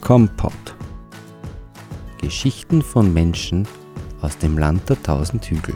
Kompott. Geschichten von Menschen aus dem Land der 1000 Hügel.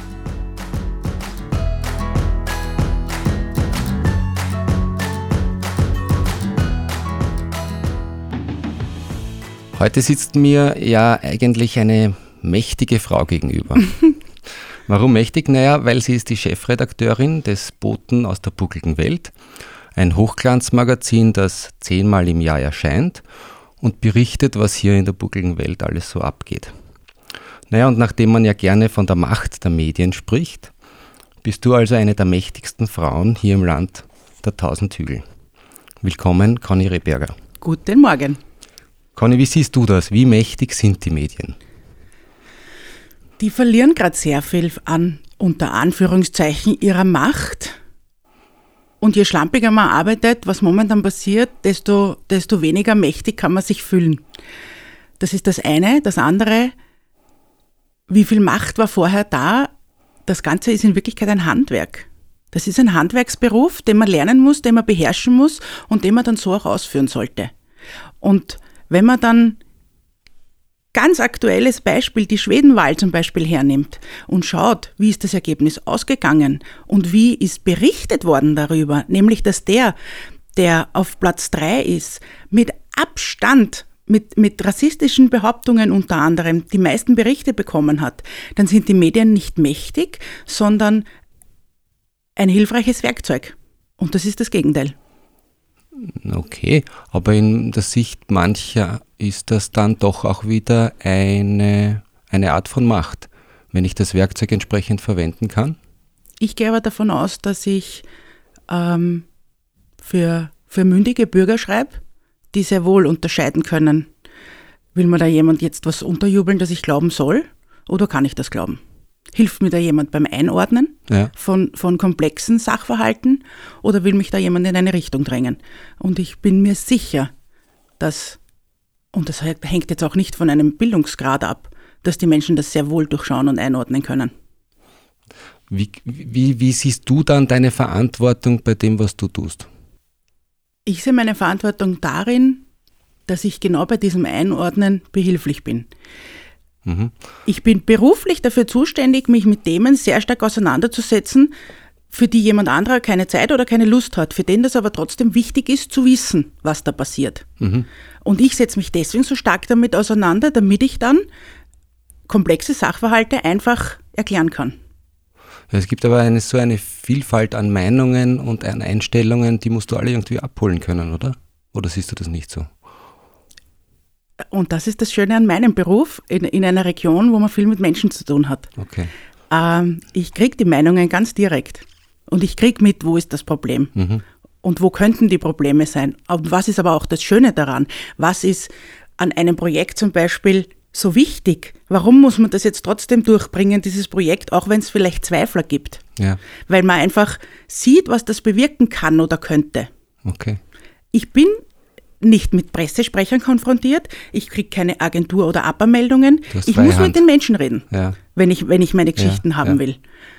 Heute sitzt mir ja eigentlich eine mächtige Frau gegenüber. Warum mächtig? Naja, weil sie ist die Chefredakteurin des Boten aus der buckligen Welt, ein Hochglanzmagazin, das 10-mal im Jahr erscheint und berichtet, was hier in der buckligen Welt alles so abgeht. Naja, und nachdem man ja gerne von der Macht der Medien spricht, bist du also eine der mächtigsten Frauen hier im Land der 1000 Hügel. Willkommen, Conny Rehberger. Guten Morgen. Conny, wie siehst du das? Wie mächtig sind die Medien? Die verlieren gerade sehr viel an, unter Anführungszeichen, ihrer Macht. Und je schlampiger man arbeitet, was momentan passiert, desto weniger mächtig kann man sich fühlen. Das ist das eine. Das andere, wie viel Macht war vorher da? Das Ganze ist in Wirklichkeit ein Handwerk. Das ist ein Handwerksberuf, den man lernen muss, den man beherrschen muss und den man dann so auch ausführen sollte. Und wenn man dann ganz aktuelles Beispiel, die Schwedenwahl zum Beispiel hernimmt und schaut, wie ist das Ergebnis ausgegangen und wie ist berichtet worden darüber, nämlich dass der auf Platz 3 ist, mit Abstand, mit rassistischen Behauptungen unter anderem die meisten Berichte bekommen hat, dann sind die Medien nicht mächtig, sondern ein hilfreiches Werkzeug. Und das ist das Gegenteil. Okay, aber in der Sicht mancher ist das dann doch auch wieder eine Art von Macht, wenn ich das Werkzeug entsprechend verwenden kann? Ich gehe aber davon aus, dass ich für mündige Bürger schreibe, die sehr wohl unterscheiden können. Will mir da jemand jetzt was unterjubeln, das ich glauben soll, oder kann ich das glauben? Hilft mir da jemand beim Einordnen von komplexen Sachverhalten oder will mich da jemand in eine Richtung drängen? Und ich bin mir sicher, und das hängt jetzt auch nicht von einem Bildungsgrad ab, dass die Menschen das sehr wohl durchschauen und einordnen können. Wie siehst du dann deine Verantwortung bei dem, was du tust? Ich sehe meine Verantwortung darin, dass ich genau bei diesem Einordnen behilflich bin. Ich bin beruflich dafür zuständig, mich mit Themen sehr stark auseinanderzusetzen, für die jemand anderer keine Zeit oder keine Lust hat, für den das aber trotzdem wichtig ist, zu wissen, was da passiert. Und ich setze mich deswegen so stark damit auseinander, damit ich dann komplexe Sachverhalte einfach erklären kann. Es gibt aber eine Vielfalt an Meinungen und an Einstellungen, die musst du alle irgendwie abholen können, oder? Oder siehst du das nicht so? Und das ist das Schöne an meinem Beruf, in einer Region, wo man viel mit Menschen zu tun hat. Okay. Ich kriege die Meinungen ganz direkt. Und ich kriege mit, wo ist das Problem. Und wo könnten die Probleme sein. Und was ist aber auch das Schöne daran? Was ist an einem Projekt zum Beispiel so wichtig? Warum muss man das jetzt trotzdem durchbringen, dieses Projekt, auch wenn es vielleicht Zweifler gibt? Ja. Weil man einfach sieht, was das bewirken kann oder könnte. Okay. Ich bin nicht mit Pressesprechern konfrontiert, ich kriege keine Agentur- oder Abmeldungen, ich muss mit den Menschen reden, wenn ich meine Geschichten haben will.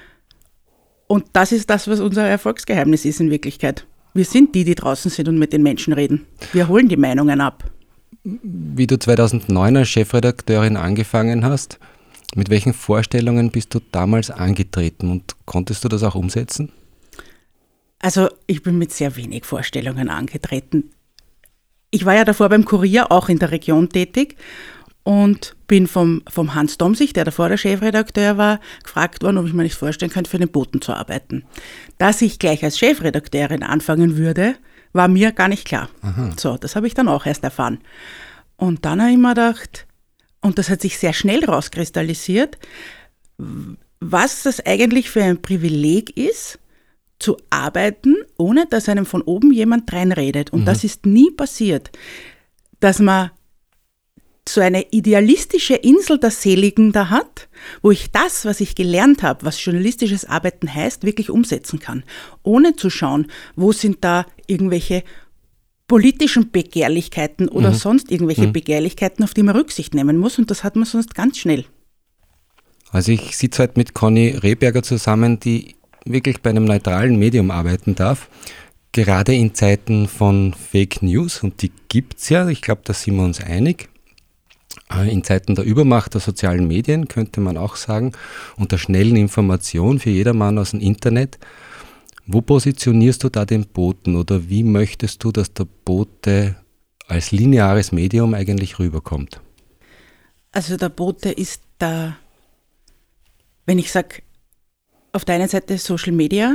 Und das ist das, was unser Erfolgsgeheimnis ist in Wirklichkeit. Wir sind die draußen sind und mit den Menschen reden. Wir holen die Meinungen ab. Wie du 2009 als Chefredakteurin angefangen hast, mit welchen Vorstellungen bist du damals angetreten und konntest du das auch umsetzen? Also ich bin mit sehr wenig Vorstellungen angetreten. Ich war ja davor beim Kurier auch in der Region tätig und bin vom Hans Domsich, der davor der Chefredakteur war, gefragt worden, ob ich mir nicht vorstellen könnte, für den Boten zu arbeiten. Dass ich gleich als Chefredakteurin anfangen würde, war mir gar nicht klar. So, das habe ich dann auch erst erfahren. Und dann habe ich mir gedacht, und das hat sich sehr schnell rauskristallisiert, was das eigentlich für ein Privileg ist, zu arbeiten, ohne dass einem von oben jemand reinredet. Und das ist nie passiert, dass man so eine idealistische Insel der Seligen da hat, wo ich das, was ich gelernt habe, was journalistisches Arbeiten heißt, wirklich umsetzen kann. Ohne zu schauen, wo sind da irgendwelche politischen Begehrlichkeiten oder sonst irgendwelche Begehrlichkeiten, auf die man Rücksicht nehmen muss. Und das hat man sonst ganz schnell. Also ich sitze heute mit Conny Rehberger zusammen, die wirklich bei einem neutralen Medium arbeiten darf. Gerade in Zeiten von Fake News, und die gibt es ja, ich glaube, da sind wir uns einig, in Zeiten der Übermacht der sozialen Medien, könnte man auch sagen, und der schnellen Information für jedermann aus dem Internet, wo positionierst du da den Boten oder wie möchtest du, dass der Bote als lineares Medium eigentlich rüberkommt? Also der Bote ist da, wenn ich sage, auf der einen Seite Social Media,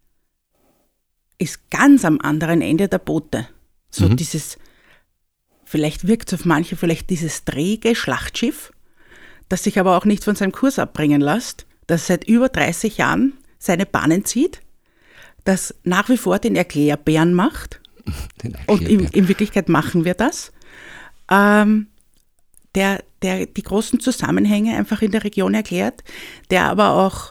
ist ganz am anderen Ende der Bote. So dieses, vielleicht wirkt es auf manche, vielleicht dieses träge Schlachtschiff, das sich aber auch nicht von seinem Kurs abbringen lässt, das seit über 30 Jahren seine Bahnen zieht, das nach wie vor den Erklärbären macht. Und in Wirklichkeit machen wir das. Der die großen Zusammenhänge einfach in der Region erklärt, der aber auch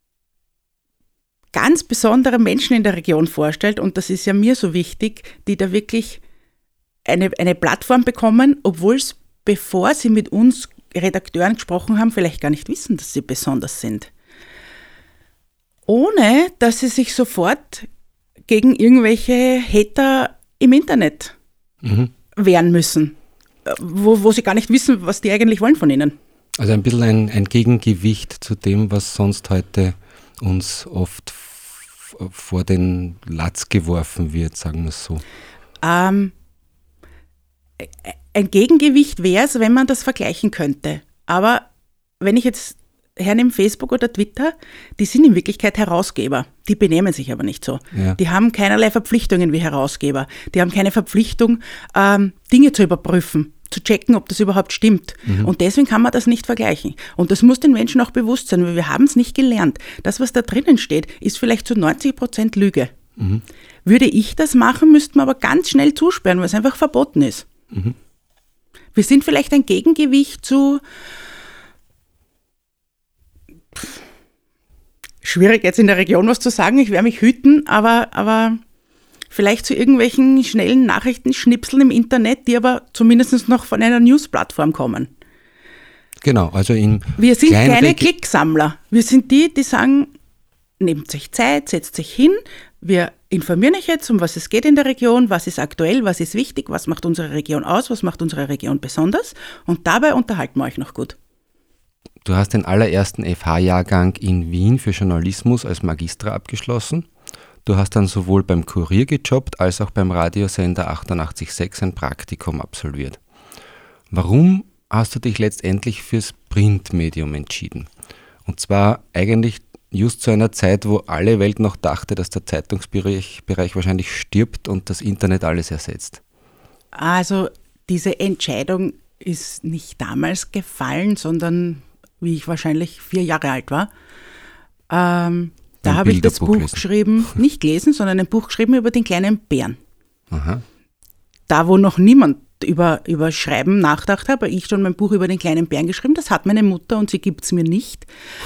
ganz besondere Menschen in der Region vorstellt, und das ist ja mir so wichtig, die da wirklich eine Plattform bekommen, obwohl es, bevor sie mit uns Redakteuren gesprochen haben, vielleicht gar nicht wissen, dass sie besonders sind. Ohne, dass sie sich sofort gegen irgendwelche Hater im Internet wehren müssen, wo sie gar nicht wissen, was die eigentlich wollen von ihnen. Also ein bisschen ein Gegengewicht zu dem, was sonst heute uns oft vor den Latz geworfen wird, sagen wir es so. Ein Gegengewicht wäre es, wenn man das vergleichen könnte. Aber wenn ich jetzt hernehme Facebook oder Twitter, die sind in Wirklichkeit Herausgeber. Die benehmen sich aber nicht so. Ja. Die haben keinerlei Verpflichtungen wie Herausgeber. Die haben keine Verpflichtung, Dinge zu überprüfen, zu checken, ob das überhaupt stimmt. Und deswegen kann man das nicht vergleichen. Und das muss den Menschen auch bewusst sein, weil wir haben es nicht gelernt. Das, was da drinnen steht, ist vielleicht zu 90% Lüge. Würde ich das machen, müssten wir aber ganz schnell zusperren, weil es einfach verboten ist. Wir sind vielleicht ein Gegengewicht zu... Schwierig jetzt in der Region was zu sagen, ich werde mich hüten, aber vielleicht zu irgendwelchen schnellen Nachrichtenschnipseln im Internet, die aber zumindest noch von einer News-Plattform kommen. Genau, also wir sind keine Klicksammler. Wir sind die sagen, nehmt euch Zeit, setzt euch hin, wir informieren euch jetzt, um was es geht in der Region, was ist aktuell, was ist wichtig, was macht unsere Region aus, was macht unsere Region besonders, und dabei unterhalten wir euch noch gut. Du hast den allerersten FH-Jahrgang in Wien für Journalismus als Magistra abgeschlossen. Du hast dann sowohl beim Kurier gejobbt, als auch beim Radiosender 88.6 ein Praktikum absolviert. Warum hast du dich letztendlich fürs Printmedium entschieden? Und zwar eigentlich just zu einer Zeit, wo alle Welt noch dachte, dass der Zeitungsbereich wahrscheinlich stirbt und das Internet alles ersetzt. Also diese Entscheidung ist nicht damals gefallen, sondern wie ich wahrscheinlich 4 Jahre alt war. Da habe ich das Buch geschrieben, nicht gelesen, sondern ein Buch geschrieben über den kleinen Bären. Aha. Da, wo noch niemand über Schreiben nachgedacht hat, habe ich schon mein Buch über den kleinen Bären geschrieben. Das hat meine Mutter und sie gibt es mir nicht.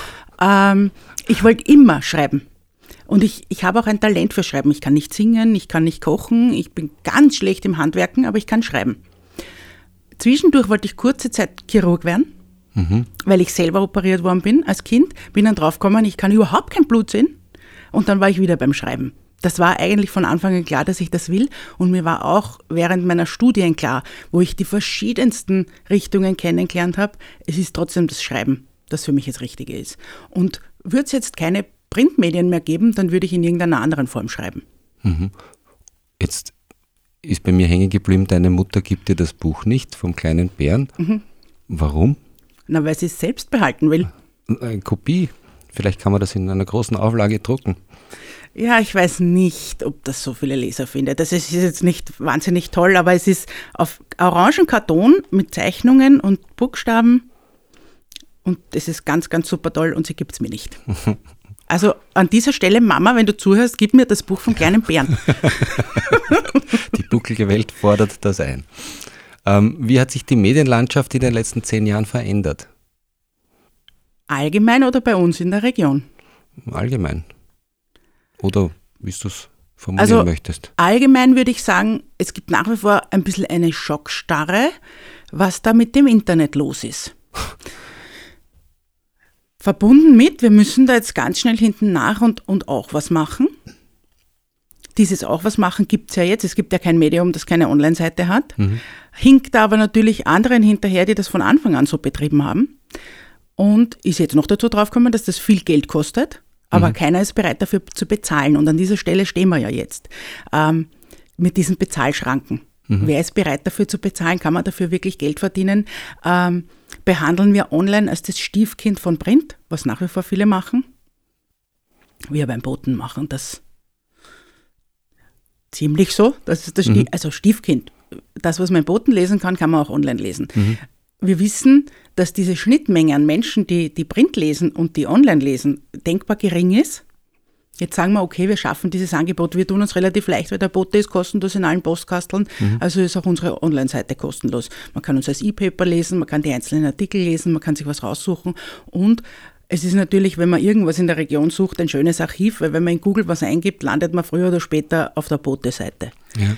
Ich wollte immer schreiben. Und ich habe auch ein Talent für Schreiben. Ich kann nicht singen, ich kann nicht kochen, ich bin ganz schlecht im Handwerken, aber ich kann schreiben. Zwischendurch wollte ich kurze Zeit Chirurg werden, weil ich selber operiert worden bin als Kind. Bin dann draufgekommen, ich kann überhaupt kein Blut sehen. Und dann war ich wieder beim Schreiben. Das war eigentlich von Anfang an klar, dass ich das will. Und mir war auch während meiner Studien klar, wo ich die verschiedensten Richtungen kennengelernt habe, es ist trotzdem das Schreiben, das für mich das Richtige ist. Und würde es jetzt keine Printmedien mehr geben, dann würde ich in irgendeiner anderen Form schreiben. Jetzt ist bei mir hängen geblieben, deine Mutter gibt dir das Buch nicht vom kleinen Bären. Warum? Na, weil sie es selbst behalten will. Eine Kopie. Vielleicht kann man das in einer großen Auflage drucken. Ja, ich weiß nicht, ob das so viele Leser findet. Das ist jetzt nicht wahnsinnig toll, aber es ist auf orangen Karton mit Zeichnungen und Buchstaben und es ist ganz, ganz super toll und sie gibt es mir nicht. Also an dieser Stelle, Mama, wenn du zuhörst, gib mir das Buch vom kleinen Bären. Die bucklige Welt fordert das ein. Wie hat sich die Medienlandschaft in den letzten 10 Jahren verändert? Allgemein oder bei uns in der Region? Allgemein. Oder wie du es formulieren möchtest? Allgemein würde ich sagen, es gibt nach wie vor ein bisschen eine Schockstarre, was da mit dem Internet los ist. Verbunden mit, wir müssen da jetzt ganz schnell hinten nach und auch was machen. dieses auch was machen, gibt es ja jetzt. Es gibt ja kein Medium, das keine Online-Seite hat. Hinkt aber natürlich anderen hinterher, die das von Anfang an so betrieben haben. Und ist jetzt noch dazu draufgekommen, dass das viel Geld kostet, aber keiner ist bereit dafür zu bezahlen. Und an dieser Stelle stehen wir ja jetzt mit diesen Bezahlschranken. Wer ist bereit dafür zu bezahlen? Kann man dafür wirklich Geld verdienen? Behandeln wir online als das Stiefkind von Print, was nach wie vor viele machen? Wir beim Boten machen das ziemlich so. Das ist das also Stiefkind. Das, was man im Boten lesen kann, kann man auch online lesen. Wir wissen, dass diese Schnittmenge an Menschen, die Print lesen und die online lesen, denkbar gering ist. Jetzt sagen wir, okay, wir schaffen dieses Angebot. Wir tun uns relativ leicht, weil der Bote ist kostenlos in allen Postkasteln. Also ist auch unsere Online-Seite kostenlos. Man kann uns als E-Paper lesen, man kann die einzelnen Artikel lesen, man kann sich was raussuchen. Und es ist natürlich, wenn man irgendwas in der Region sucht, ein schönes Archiv, weil wenn man in Google was eingibt, landet man früher oder später auf der Bote-Seite. Ja.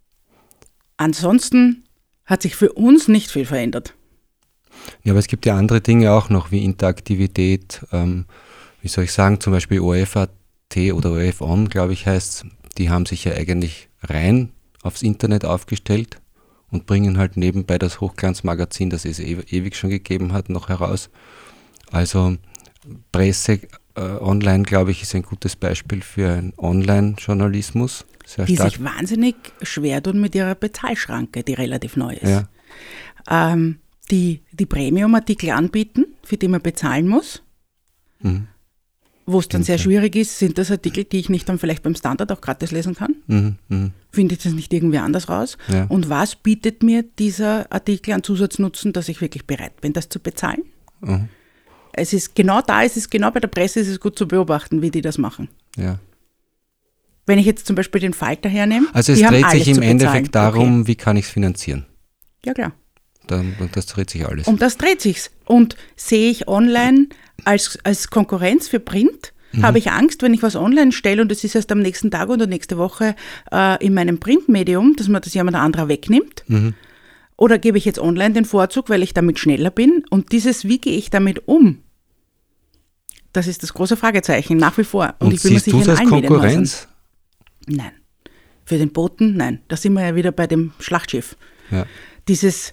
Ansonsten hat sich für uns nicht viel verändert. Ja, aber es gibt ja andere Dinge auch noch, wie Interaktivität, wie soll ich sagen, zum Beispiel ORF.at oder ORF.on, glaube ich, heißt es, die haben sich ja eigentlich rein aufs Internet aufgestellt und bringen halt nebenbei das Hochglanzmagazin, das es ewig schon gegeben hat, noch heraus. Also Presse online, glaube ich, ist ein gutes Beispiel für einen Online-Journalismus. Die sich wahnsinnig schwer tun mit ihrer Bezahlschranke, die relativ neu ist. Ja. Die Premium-Artikel anbieten, für die man bezahlen muss. Wo es dann sehr schwierig ist, sind das Artikel, die ich nicht dann vielleicht beim Standard auch gratis lesen kann. Finde ich das nicht irgendwie anders raus? Ja. Und was bietet mir dieser Artikel an Zusatznutzen, dass ich wirklich bereit bin, das zu bezahlen? Es ist genau bei der Presse ist es gut zu beobachten, wie die das machen. Ja. Wenn ich jetzt zum Beispiel den Falter hernehme, also es dreht sich im Endeffekt darum, wie kann ich es finanzieren? Ja, klar. Das dreht sich alles. Um das dreht sich's. Und sehe ich online als Konkurrenz für Print, habe ich Angst, wenn ich was online stelle und es ist erst am nächsten Tag oder nächste Woche in meinem Printmedium, dass man das jemand anderer wegnimmt. Oder gebe ich jetzt online den Vorzug, weil ich damit schneller bin? Und wie gehe ich damit um? Das ist das große Fragezeichen, nach wie vor. Und ich bin siehst du das als Konkurrenz? Nein. Für den Boten, nein. Da sind wir ja wieder bei dem Schlachtschiff. Ja. Dieses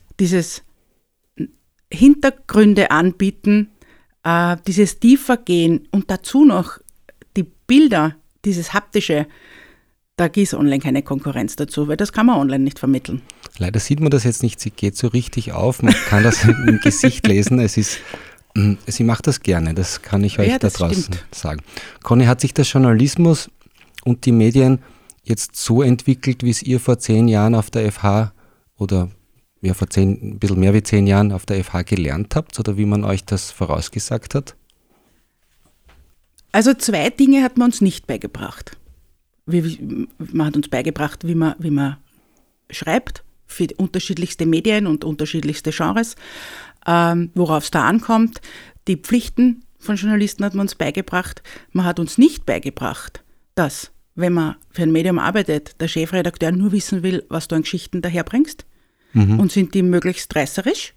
Hintergründe anbieten, dieses tiefer gehen und dazu noch die Bilder, dieses haptische, da ist online keine Konkurrenz dazu, weil das kann man online nicht vermitteln. Leider sieht man das jetzt nicht, sie geht so richtig auf, man kann das im Gesicht lesen, sie macht das gerne, das kann ich euch da draußen sagen. Conny, hat sich der Journalismus und die Medien jetzt so entwickelt, wie es ihr vor 10 Jahren auf der FH oder ja, ein bisschen mehr wie 10 Jahren auf der FH gelernt habt oder wie man euch das vorausgesagt hat? Also 2 Dinge hat man uns nicht beigebracht. Man hat uns beigebracht, wie man schreibt für unterschiedlichste Medien und unterschiedlichste Genres, worauf es da ankommt. Die Pflichten von Journalisten hat man uns beigebracht. Man hat uns nicht beigebracht, dass, wenn man für ein Medium arbeitet, der Chefredakteur nur wissen will, was du an Geschichten daherbringst. Und sind die möglichst reißerisch.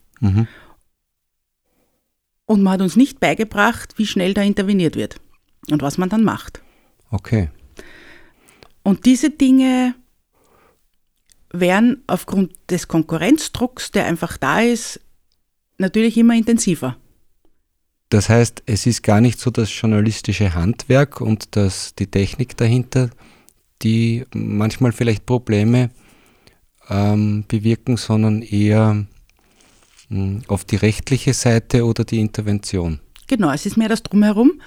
Und man hat uns nicht beigebracht, wie schnell da interveniert wird und was man dann macht. Okay. Und diese Dinge werden aufgrund des Konkurrenzdrucks, der einfach da ist, natürlich immer intensiver. Das heißt, es ist gar nicht so das journalistische Handwerk und die Technik dahinter, die manchmal vielleicht Probleme bewirken, sondern eher auf die rechtliche Seite oder die Intervention. Genau, es ist mehr das Drumherum.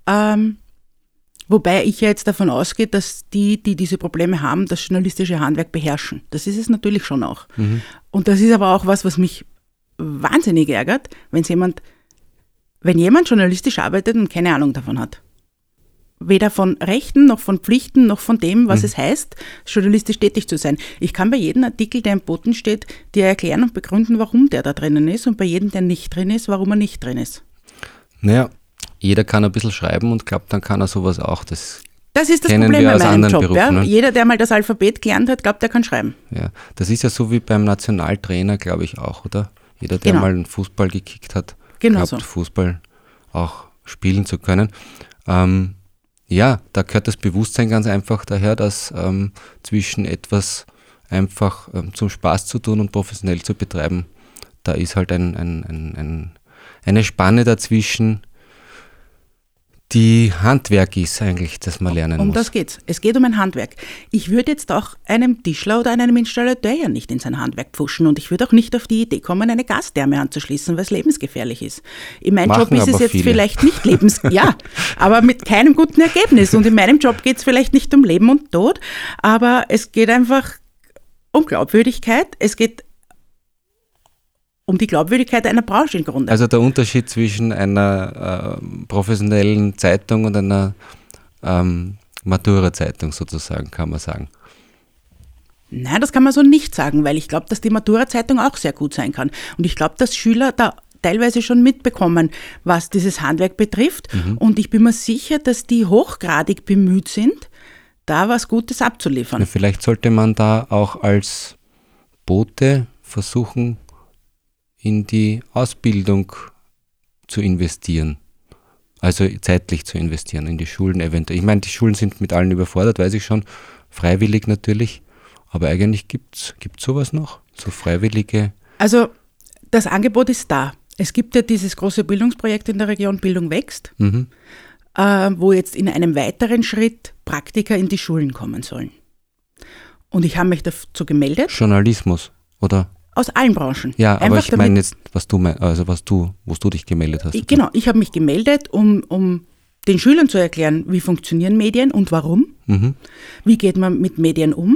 Wobei ich ja jetzt davon ausgehe, dass die diese Probleme haben, das journalistische Handwerk beherrschen. Das ist es natürlich schon auch. Und das ist aber auch was mich wahnsinnig ärgert, wenn jemand journalistisch arbeitet und keine Ahnung davon hat. Weder von Rechten, noch von Pflichten, noch von dem, was es heißt, journalistisch tätig zu sein. Ich kann bei jedem Artikel, der im Boten steht, dir erklären und begründen, warum der da drinnen ist und bei jedem, der nicht drin ist, warum er nicht drin ist. Naja, jeder kann ein bisschen schreiben und glaubt, dann kann er sowas auch. Das ist das Problem bei meinem Job. Berufen, ja? Jeder, der mal das Alphabet gelernt hat, glaubt, er kann schreiben. Ja, das ist ja so wie beim Nationaltrainer, glaube ich auch, oder? Jeder, der mal einen Fußball gekickt hat, glaubt, Fußball auch spielen zu können. Ja, da gehört das Bewusstsein ganz einfach daher, dass zwischen etwas einfach zum Spaß zu tun und professionell zu betreiben, da ist halt eine Spanne dazwischen, die Handwerk ist eigentlich, das man lernen muss. Um das geht's. Es geht um ein Handwerk. Ich würde jetzt auch einem Tischler oder einem Installateur ja nicht in sein Handwerk pfuschen und ich würde auch nicht auf die Idee kommen, eine Gastherme anzuschließen, weil es lebensgefährlich ist. In meinem Job ist es jetzt vielleicht nicht ja, aber mit keinem guten Ergebnis. Und in meinem Job geht es vielleicht nicht um Leben und Tod, aber es geht einfach um Glaubwürdigkeit. Es geht um die Glaubwürdigkeit einer Branche im Grunde. Also der Unterschied zwischen einer professionellen Zeitung und einer Matura-Zeitung sozusagen, kann man sagen. Nein, das kann man so nicht sagen, weil ich glaube, dass die Matura-Zeitung auch sehr gut sein kann. Und ich glaube, dass Schüler da teilweise schon mitbekommen, was dieses Handwerk betrifft. Und ich bin mir sicher, dass die hochgradig bemüht sind, da was Gutes abzuliefern. Ja, vielleicht sollte man da auch als Bote versuchen, in die Ausbildung zu investieren. Also zeitlich zu investieren, in die Schulen eventuell. Ich meine, die Schulen sind mit allen überfordert, weiß ich schon, freiwillig natürlich, aber eigentlich gibt's sowas noch, so freiwillige. Also das Angebot ist da. Es gibt ja dieses große Bildungsprojekt in der Region Bildung wächst, wo jetzt in einem weiteren Schritt Praktiker in die Schulen kommen sollen. Und ich habe mich dazu gemeldet. Journalismus, oder? Aus allen Branchen. Ja, aber einfach ich meine jetzt, wo du dich gemeldet hast. Genau, ich habe mich gemeldet, um den Schülern zu erklären, wie funktionieren Medien und warum. Wie geht man mit Medien um?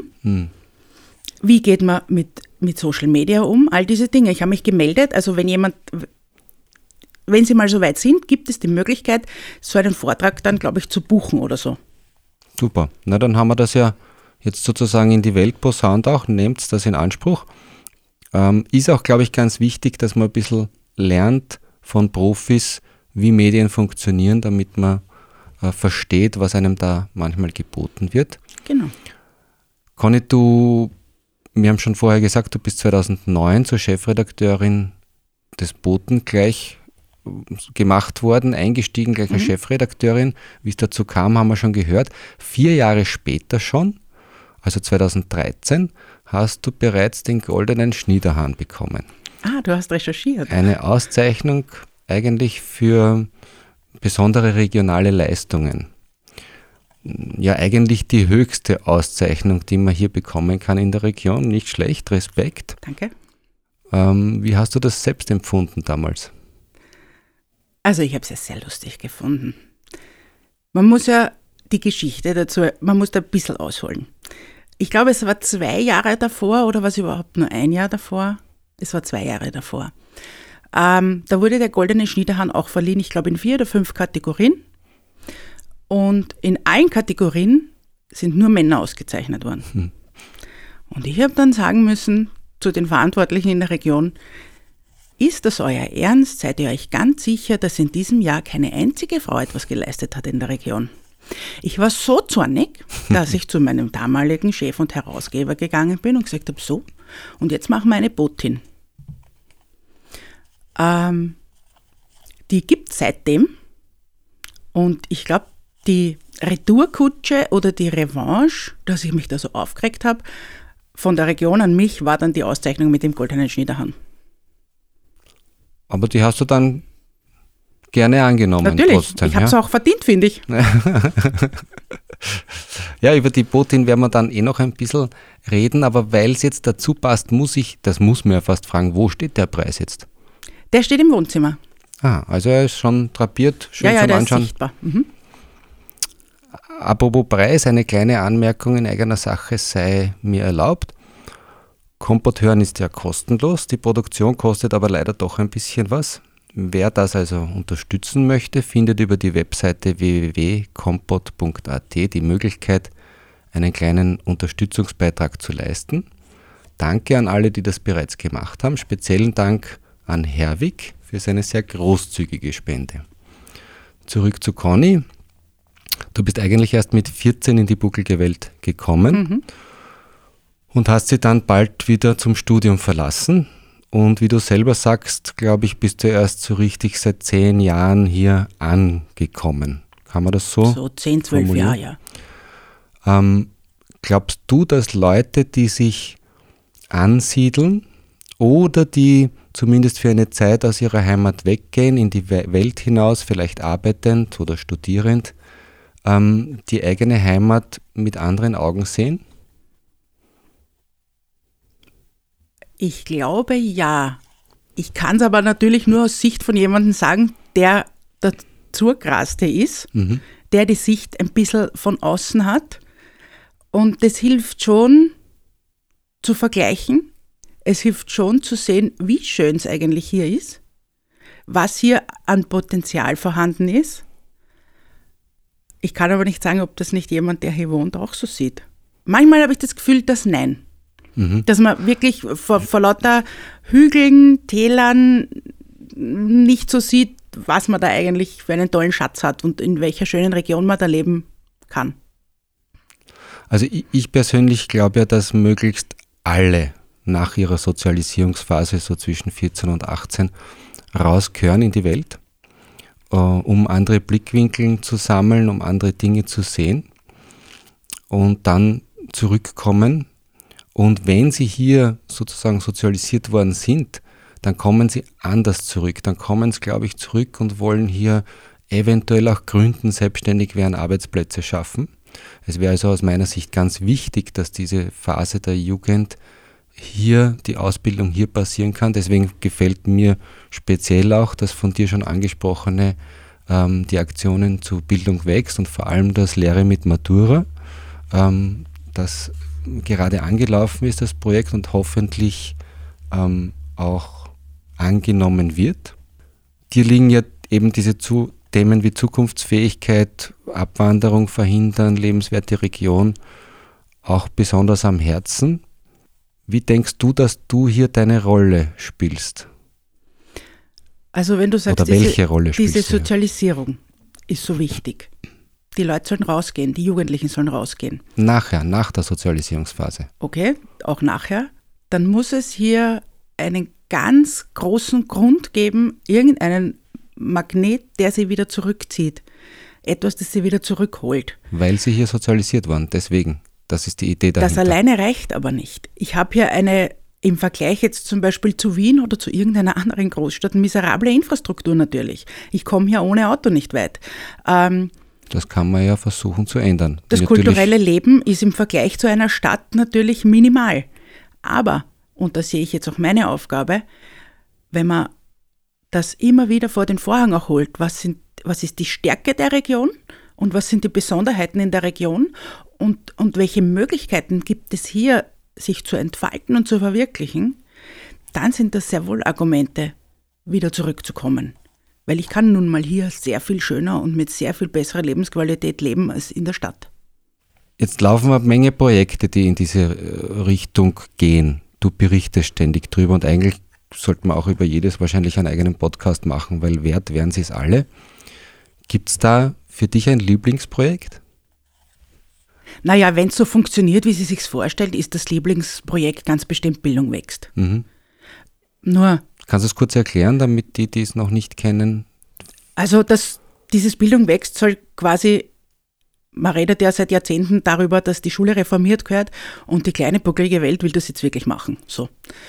Wie geht man mit Social Media um? All diese Dinge. Ich habe mich gemeldet, also wenn Sie mal so weit sind, gibt es die Möglichkeit, so einen Vortrag dann, glaube ich, zu buchen oder so. Super. Na, dann haben wir das ja jetzt sozusagen in die Welt posaunt auch. Nehmt das in Anspruch. Ist auch, glaube ich, ganz wichtig, dass man ein bisschen lernt von Profis, wie Medien funktionieren, damit man versteht, was einem da manchmal geboten wird. Genau. Conny, wir haben schon vorher gesagt, du bist 2009 zur Chefredakteurin des Boten gleich gemacht worden, eingestiegen gleich als Chefredakteurin. Wie es dazu kam, haben wir schon gehört. 4 Jahre später schon, also 2013, hast du bereits den Goldenen Schniederhahn bekommen. Ah, du hast recherchiert. Eine Auszeichnung eigentlich für besondere regionale Leistungen. Ja, eigentlich die höchste Auszeichnung, die man hier bekommen kann in der Region. Nicht schlecht, Respekt. Danke. Wie hast du das selbst empfunden damals? Also ich habe es ja sehr lustig gefunden. Man muss ja die Geschichte dazu, man muss da ein bisschen ausholen. Ich glaube, es war 2 Jahre davor oder war es überhaupt nur 1 Jahr davor? Es war 2 Jahre davor. Da wurde der Goldene Schniederhahn auch verliehen, ich glaube in 4 oder 5 Kategorien. Und in allen Kategorien sind nur Männer ausgezeichnet worden. Und ich habe dann sagen müssen zu den Verantwortlichen in der Region, ist das euer Ernst? Seid ihr euch ganz sicher, dass in diesem Jahr keine einzige Frau etwas geleistet hat in der Region? Ich war so zornig, dass ich zu meinem damaligen Chef und Herausgeber gegangen bin und gesagt habe, so, und jetzt machen wir eine Botin. Die gibt es seitdem und ich glaube, die Retourkutsche oder die Revanche, dass ich mich da so aufgeregt habe, von der Region an mich, war dann die Auszeichnung mit dem Goldenen Schniederhahn. Aber die hast du dann gerne angenommen. Natürlich, trotzdem, ich habe es auch verdient, finde ich. Ja, über die Botin werden wir dann noch ein bisschen reden, aber weil es jetzt dazu passt, muss man ja fast fragen, wo steht der Preis jetzt? Der steht im Wohnzimmer. Also er ist schon drapiert, schön zum der Anschauen. ist sichtbar. Apropos Preis, eine kleine Anmerkung in eigener Sache sei mir erlaubt. Kompott hören ist ja kostenlos, die Produktion kostet aber leider doch ein bisschen was. Wer das also unterstützen möchte, findet über die Webseite www.kompott.at die Möglichkeit, einen kleinen Unterstützungsbeitrag zu leisten. Danke an alle, die das bereits gemacht haben. Speziellen Dank an Herwig für seine sehr großzügige Spende. Zurück zu Conny. Du bist eigentlich erst mit 14 in die bucklige Welt gekommen und hast sie dann bald wieder zum Studium verlassen. Und wie du selber sagst, glaube ich, bist du erst so richtig seit 10 Jahren hier angekommen. Kann man das so? So 10, 12 Jahre, ja. Glaubst du, dass Leute, die sich ansiedeln oder die zumindest für eine Zeit aus ihrer Heimat weggehen, in die Welt hinaus, vielleicht arbeitend oder studierend, die eigene Heimat mit anderen Augen sehen? Ich glaube, ja. Ich kann es aber natürlich nur aus Sicht von jemandem sagen, der der Zurgraste ist, der die Sicht ein bisschen von außen hat. Und das hilft schon zu vergleichen. Es hilft schon zu sehen, wie schön es eigentlich hier ist, was hier an Potenzial vorhanden ist. Ich kann aber nicht sagen, ob das nicht jemand, der hier wohnt, auch so sieht. Manchmal habe ich das Gefühl, dass nein. Dass man wirklich vor lauter Hügeln, Tälern nicht so sieht, was man da eigentlich für einen tollen Schatz hat und in welcher schönen Region man da leben kann. Also ich persönlich glaube ja, dass möglichst alle nach ihrer Sozialisierungsphase, so zwischen 14 und 18, rausgehören in die Welt, um andere Blickwinkel zu sammeln, um andere Dinge zu sehen und dann zurückkommen. Und wenn sie hier sozusagen sozialisiert worden sind, dann kommen sie anders zurück. Dann kommen sie, glaube ich, zurück und wollen hier eventuell auch gründen, selbstständig werden, Arbeitsplätze schaffen. Es wäre also aus meiner Sicht ganz wichtig, dass diese Phase der Jugend hier, die Ausbildung hier passieren kann. Deswegen gefällt mir speziell auch das von dir schon angesprochene, die Aktionen zu Bildung wächst und vor allem das Lehre mit Matura, das gerade angelaufen ist, das Projekt, und hoffentlich auch angenommen wird. Dir liegen ja eben diese Themen wie Zukunftsfähigkeit, Abwanderung verhindern, lebenswerte Region auch besonders am Herzen. Wie denkst du, dass du hier deine Rolle spielst? Also wenn du sagst, oder welche Rolle spielst diese du? Sozialisierung ist so wichtig. Die Leute sollen rausgehen, die Jugendlichen sollen rausgehen. Nachher, nach der Sozialisierungsphase. Okay, auch nachher. Dann muss es hier einen ganz großen Grund geben, irgendeinen Magnet, der sie wieder zurückzieht. Etwas, das sie wieder zurückholt. Weil sie hier sozialisiert waren, deswegen. Das ist die Idee dahinter. Das alleine reicht aber nicht. Ich habe hier im Vergleich jetzt zum Beispiel zu Wien oder zu irgendeiner anderen Großstadt, miserable Infrastruktur natürlich. Ich komme hier ohne Auto nicht weit. Das kann man ja versuchen zu ändern. Das kulturelle Leben ist im Vergleich zu einer Stadt natürlich minimal. Aber, und da sehe ich jetzt auch meine Aufgabe, wenn man das immer wieder vor den Vorhang auch holt, was ist die Stärke der Region und was sind die Besonderheiten in der Region und welche Möglichkeiten gibt es hier, sich zu entfalten und zu verwirklichen, dann sind das sehr wohl Argumente, wieder zurückzukommen. Weil ich kann nun mal hier sehr viel schöner und mit sehr viel besserer Lebensqualität leben als in der Stadt. Jetzt laufen eine Menge Projekte, die in diese Richtung gehen. Du berichtest ständig drüber und eigentlich sollte man auch über jedes wahrscheinlich einen eigenen Podcast machen, weil wert wären sie es alle. Gibt es da für dich ein Lieblingsprojekt? Naja, wenn es so funktioniert, wie sie sich vorstellt, ist das Lieblingsprojekt ganz bestimmt Bildung wächst. Nur kannst du es kurz erklären, damit die es noch nicht kennen? Also dieses Bildung wächst soll quasi, man redet ja seit Jahrzehnten darüber, dass die Schule reformiert gehört und die kleine bucklige Welt will das jetzt wirklich machen. So.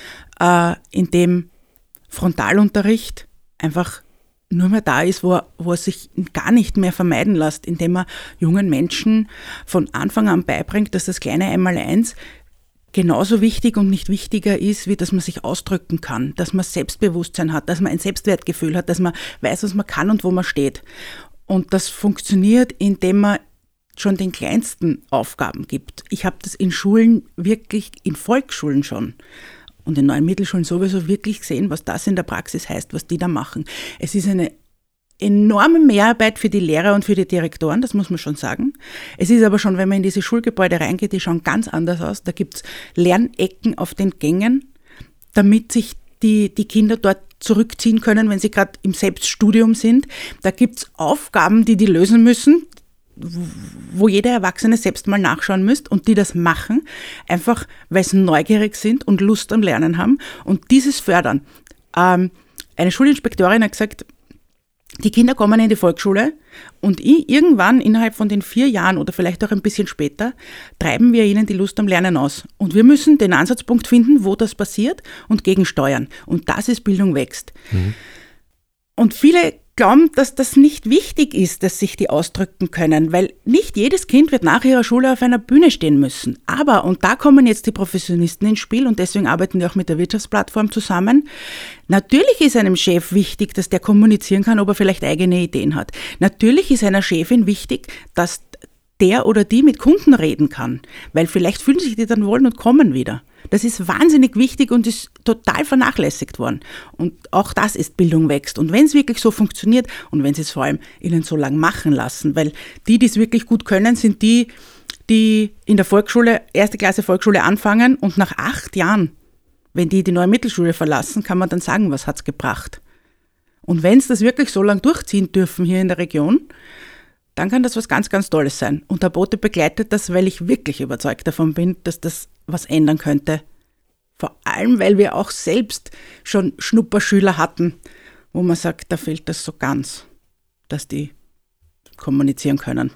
In dem Frontalunterricht einfach nur mehr da ist, wo er sich gar nicht mehr vermeiden lässt, indem er jungen Menschen von Anfang an beibringt, dass das kleine Einmaleins genauso wichtig und nicht wichtiger ist, wie dass man sich ausdrücken kann, dass man Selbstbewusstsein hat, dass man ein Selbstwertgefühl hat, dass man weiß, was man kann und wo man steht. Und das funktioniert, indem man schon den kleinsten Aufgaben gibt. Ich habe das in Schulen wirklich, in Volksschulen schon und in neuen Mittelschulen sowieso wirklich gesehen, was das in der Praxis heißt, was die da machen. Es ist eine enorme Mehrarbeit für die Lehrer und für die Direktoren, das muss man schon sagen. Es ist aber schon, wenn man in diese Schulgebäude reingeht, die schauen ganz anders aus. Da gibt es Lernecken auf den Gängen, damit sich die Kinder dort zurückziehen können, wenn sie gerade im Selbststudium sind. Da gibt es Aufgaben, die lösen müssen, wo jeder Erwachsene selbst mal nachschauen müsste und die das machen, einfach weil sie neugierig sind und Lust am Lernen haben und dieses fördern. Eine Schulinspektorin hat gesagt, Die Kinder kommen in die Volksschule und irgendwann innerhalb von den 4 Jahren oder vielleicht auch ein bisschen später treiben wir ihnen die Lust am Lernen aus. Und wir müssen den Ansatzpunkt finden, wo das passiert und gegensteuern. Und das ist Bildung wächst. Und viele glauben, dass das nicht wichtig ist, dass sich die ausdrücken können, weil nicht jedes Kind wird nach ihrer Schule auf einer Bühne stehen müssen. Aber, und da kommen jetzt die Professionisten ins Spiel und deswegen arbeiten wir auch mit der Wirtschaftsplattform zusammen, natürlich ist einem Chef wichtig, dass der kommunizieren kann, ob er vielleicht eigene Ideen hat. Natürlich ist einer Chefin wichtig, dass der oder die mit Kunden reden kann, weil vielleicht fühlen sich die dann wohl und kommen wieder. Das ist wahnsinnig wichtig und ist total vernachlässigt worden. Und auch das ist Bildung wächst. Und wenn es wirklich so funktioniert und wenn sie es vor allem ihnen so lang machen lassen, weil die es wirklich gut können, sind die in der Volksschule, 1. Klasse Volksschule anfangen und nach 8 Jahren, wenn die neue Mittelschule verlassen, kann man dann sagen, was hat es gebracht. Und wenn es das wirklich so lang durchziehen dürfen hier in der Region, dann kann das was ganz, ganz Tolles sein. Und der Bote begleitet das, weil ich wirklich überzeugt davon bin, dass das was ändern könnte. Vor allem, weil wir auch selbst schon Schnupperschüler hatten, wo man sagt, da fehlt das so ganz, dass die kommunizieren können.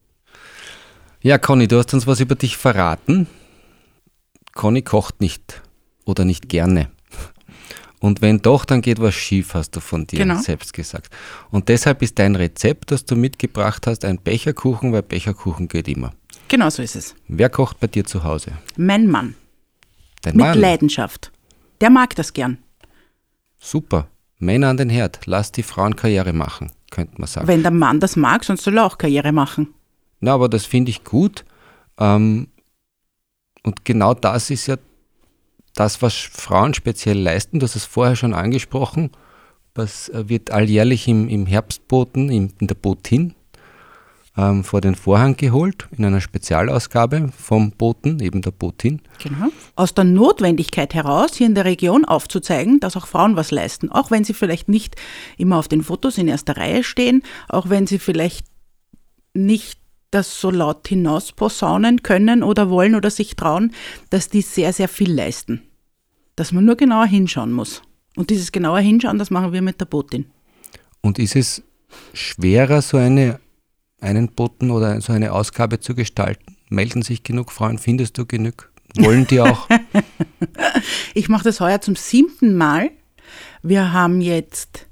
Ja, Conny, du hast uns was über dich verraten. Conny kocht nicht oder nicht gerne. Und wenn doch, dann geht was schief, hast du von dir selbst gesagt. Und deshalb ist dein Rezept, das du mitgebracht hast, ein Becherkuchen, weil Becherkuchen geht immer. Genau so ist es. Wer kocht bei dir zu Hause? Mein Mann. Dein Mann? Mit Leidenschaft. Der mag das gern. Super. Männer an den Herd. Lass die Frauen Karriere machen, könnte man sagen. Wenn der Mann das mag, sonst soll er auch Karriere machen. Na, aber das finde ich gut. Und genau das ist ja das, was Frauen speziell leisten. Du hast es vorher schon angesprochen. Das wird alljährlich im Herbstboten, in der Botin, vor den Vorhang geholt, in einer Spezialausgabe vom Boten, eben der Botin. Genau. Aus der Notwendigkeit heraus, hier in der Region aufzuzeigen, dass auch Frauen was leisten. Auch wenn sie vielleicht nicht immer auf den Fotos in erster Reihe stehen, auch wenn sie vielleicht nicht das so laut hinaus posaunen können oder wollen oder sich trauen, dass die sehr, sehr viel leisten. Dass man nur genauer hinschauen muss. Und dieses genauer Hinschauen, das machen wir mit der Botin. Und ist es schwerer, so einen Boten oder so eine Ausgabe zu gestalten? Melden sich genug Frauen? Findest du genug? Wollen die auch? Ich mache das heuer zum 7. Mal. Wir haben jetzt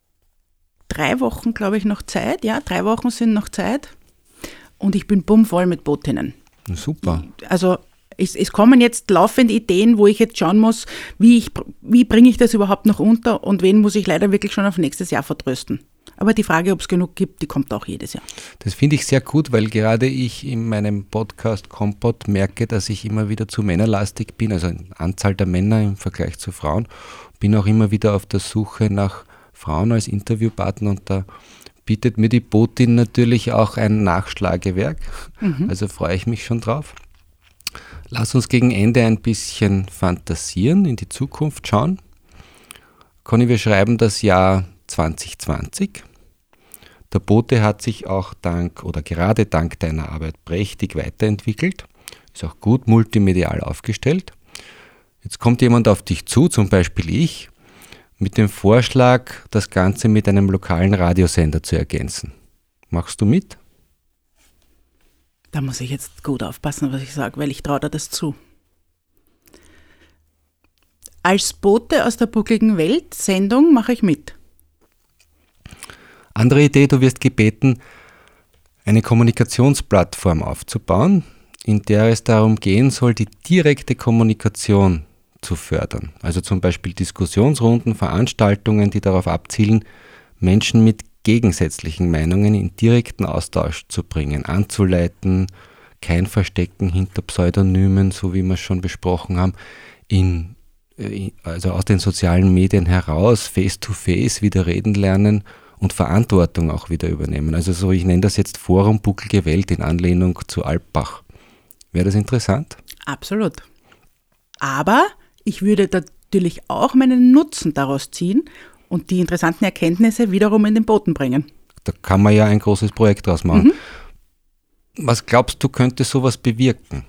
3 Wochen, glaube ich, noch Zeit. Ja, 3 Wochen sind noch Zeit. Und ich bin bummvoll mit Botinnen. Super. Also es kommen jetzt laufend Ideen, wo ich jetzt schauen muss, wie bringe ich das überhaupt noch unter und wen muss ich leider wirklich schon auf nächstes Jahr vertrösten. Aber die Frage, ob es genug gibt, die kommt auch jedes Jahr. Das finde ich sehr gut, weil gerade ich in meinem Podcast Kompott merke, dass ich immer wieder zu männerlastig bin, also eine Anzahl der Männer im Vergleich zu Frauen. Bin auch immer wieder auf der Suche nach Frauen als Interviewpartner und da bietet mir die Botin natürlich auch ein Nachschlagewerk. Also freue ich mich schon drauf. Lass uns gegen Ende ein bisschen fantasieren, in die Zukunft schauen. Conny, wir schreiben das Jahr 2020. Der Bote hat sich auch gerade dank deiner Arbeit prächtig weiterentwickelt, ist auch gut multimedial aufgestellt. Jetzt kommt jemand auf dich zu, zum Beispiel ich, mit dem Vorschlag, das Ganze mit einem lokalen Radiosender zu ergänzen. Machst du mit? Da muss ich jetzt gut aufpassen, was ich sage, weil ich traue dir das zu. Als Bote aus der buckligen Welt-Sendung mache ich mit. Andere Idee, du wirst gebeten, eine Kommunikationsplattform aufzubauen, in der es darum gehen soll, die direkte Kommunikation zu fördern. Also zum Beispiel Diskussionsrunden, Veranstaltungen, die darauf abzielen, Menschen mit gegensätzlichen Meinungen in direkten Austausch zu bringen, anzuleiten, kein Verstecken hinter Pseudonymen, so wie wir es schon besprochen haben, also aus den sozialen Medien heraus, face-to-face wieder reden lernen und Verantwortung auch wieder übernehmen. Also so, ich nenne das jetzt Forum Bucklige Welt in Anlehnung zu Alpbach. Wäre das interessant? Absolut. Aber ich würde natürlich auch meinen Nutzen daraus ziehen und die interessanten Erkenntnisse wiederum in den Boten bringen. Da kann man ja ein großes Projekt draus machen. Was glaubst du, könnte sowas bewirken?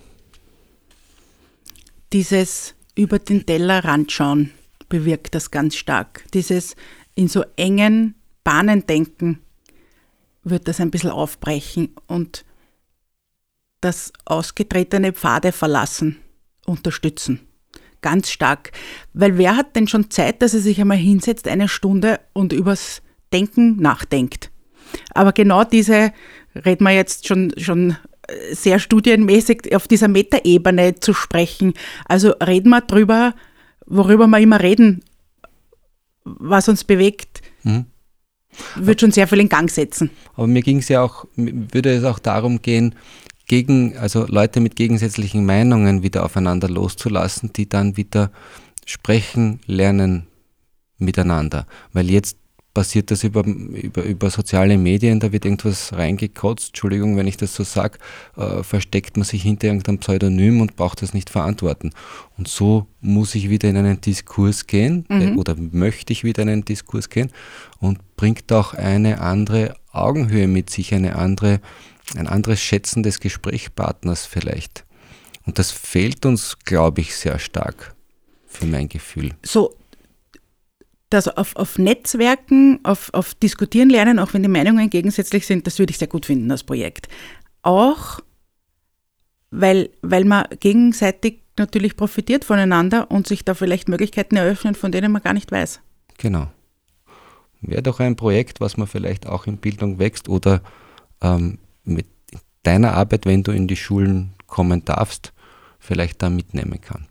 Dieses über den Tellerrand schauen bewirkt das ganz stark. Dieses in so engen Bahnen denken, wird das ein bisschen aufbrechen und das ausgetretene Pfade verlassen, unterstützen. Ganz stark. Weil wer hat denn schon Zeit, dass er sich einmal hinsetzt, 1 Stunde und übers Denken nachdenkt? Aber genau diese, reden wir jetzt schon sehr studienmäßig, auf dieser Metaebene zu sprechen. Also reden wir drüber, worüber wir immer reden, was uns bewegt, wird schon sehr viel in Gang setzen. Aber würde es auch darum gehen, also Leute mit gegensätzlichen Meinungen wieder aufeinander loszulassen, die dann wieder sprechen lernen miteinander. Weil jetzt passiert das über soziale Medien, da wird irgendwas reingekotzt, Entschuldigung, wenn ich das so sage, versteckt man sich hinter irgendeinem Pseudonym und braucht das nicht verantworten. Und so muss ich wieder in einen Diskurs gehen oder möchte ich wieder in einen Diskurs gehen und bringt auch eine andere Augenhöhe mit sich, ein anderes Schätzen des Gesprächspartners vielleicht. Und das fehlt uns, glaube ich, sehr stark für mein Gefühl. So, das auf Netzwerken, auf Diskutieren lernen, auch wenn die Meinungen gegensätzlich sind, das würde ich sehr gut finden, das Projekt. Auch, weil man gegenseitig natürlich profitiert voneinander und sich da vielleicht Möglichkeiten eröffnen, von denen man gar nicht weiß. Genau. Wäre doch ein Projekt, was man vielleicht auch in Bildung wächst oder mit deiner Arbeit, wenn du in die Schulen kommen darfst, vielleicht da mitnehmen kann.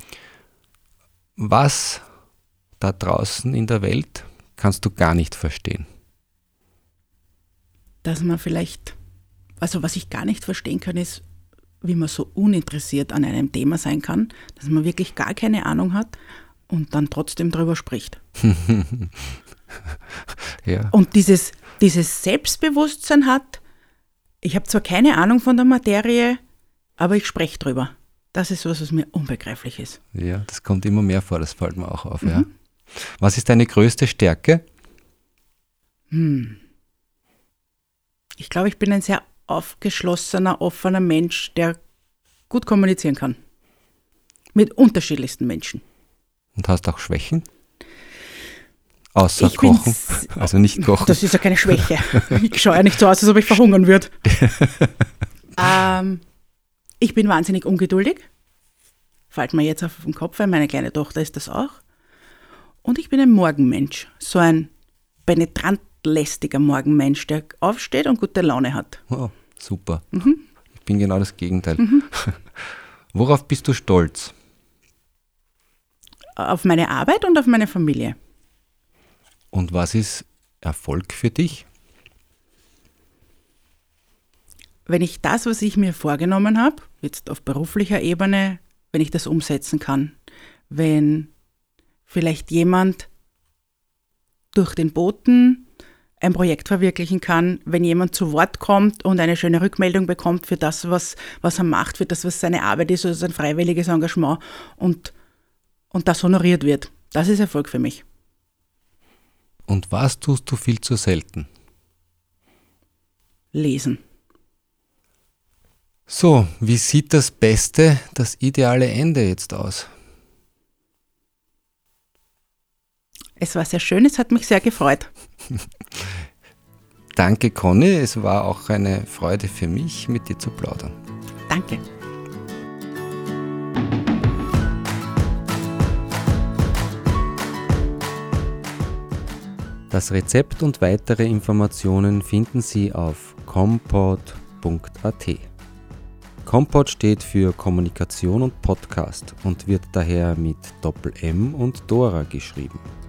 Was da draußen in der Welt kannst du gar nicht verstehen? Dass man vielleicht, also was ich gar nicht verstehen kann, ist, wie man so uninteressiert an einem Thema sein kann, dass man wirklich gar keine Ahnung hat und dann trotzdem drüber spricht. Ja. Und dieses Selbstbewusstsein hat, ich habe zwar keine Ahnung von der Materie, aber ich spreche drüber. Das ist was mir unbegreiflich ist. Ja, das kommt immer mehr vor, das fällt mir auch auf. Ja. Was ist deine größte Stärke? Ich glaube, ich bin ein sehr aufgeschlossener, offener Mensch, der gut kommunizieren kann. Mit unterschiedlichsten Menschen. Und hast auch Schwächen? Außer Kochen, also nicht kochen. Das ist ja keine Schwäche. Ich schaue ja nicht so aus, als ob ich verhungern würde. Ich bin wahnsinnig ungeduldig. Fällt mir jetzt auf den Kopf, weil meine kleine Tochter ist das auch. Und ich bin ein Morgenmensch. So ein penetrant lästiger Morgenmensch, der aufsteht und gute Laune hat. Oh, super. Ich bin genau das Gegenteil. Worauf bist du stolz? Auf meine Arbeit und auf meine Familie. Und was ist Erfolg für dich? Wenn ich das, was ich mir vorgenommen habe, jetzt auf beruflicher Ebene, wenn ich das umsetzen kann, wenn vielleicht jemand durch den Boten ein Projekt verwirklichen kann, wenn jemand zu Wort kommt und eine schöne Rückmeldung bekommt für das, was er macht, für das, was seine Arbeit ist, also sein freiwilliges Engagement und das honoriert wird. Das ist Erfolg für mich. Und was tust du viel zu selten? Lesen. So, wie sieht das beste, das ideale Ende jetzt aus? Es war sehr schön, es hat mich sehr gefreut. Danke, Conny. Es war auch eine Freude für mich, mit dir zu plaudern. Danke. Das Rezept und weitere Informationen finden Sie auf compod.at. Compod steht für Kommunikation und Podcast und wird daher mit Doppel-M und Dora geschrieben.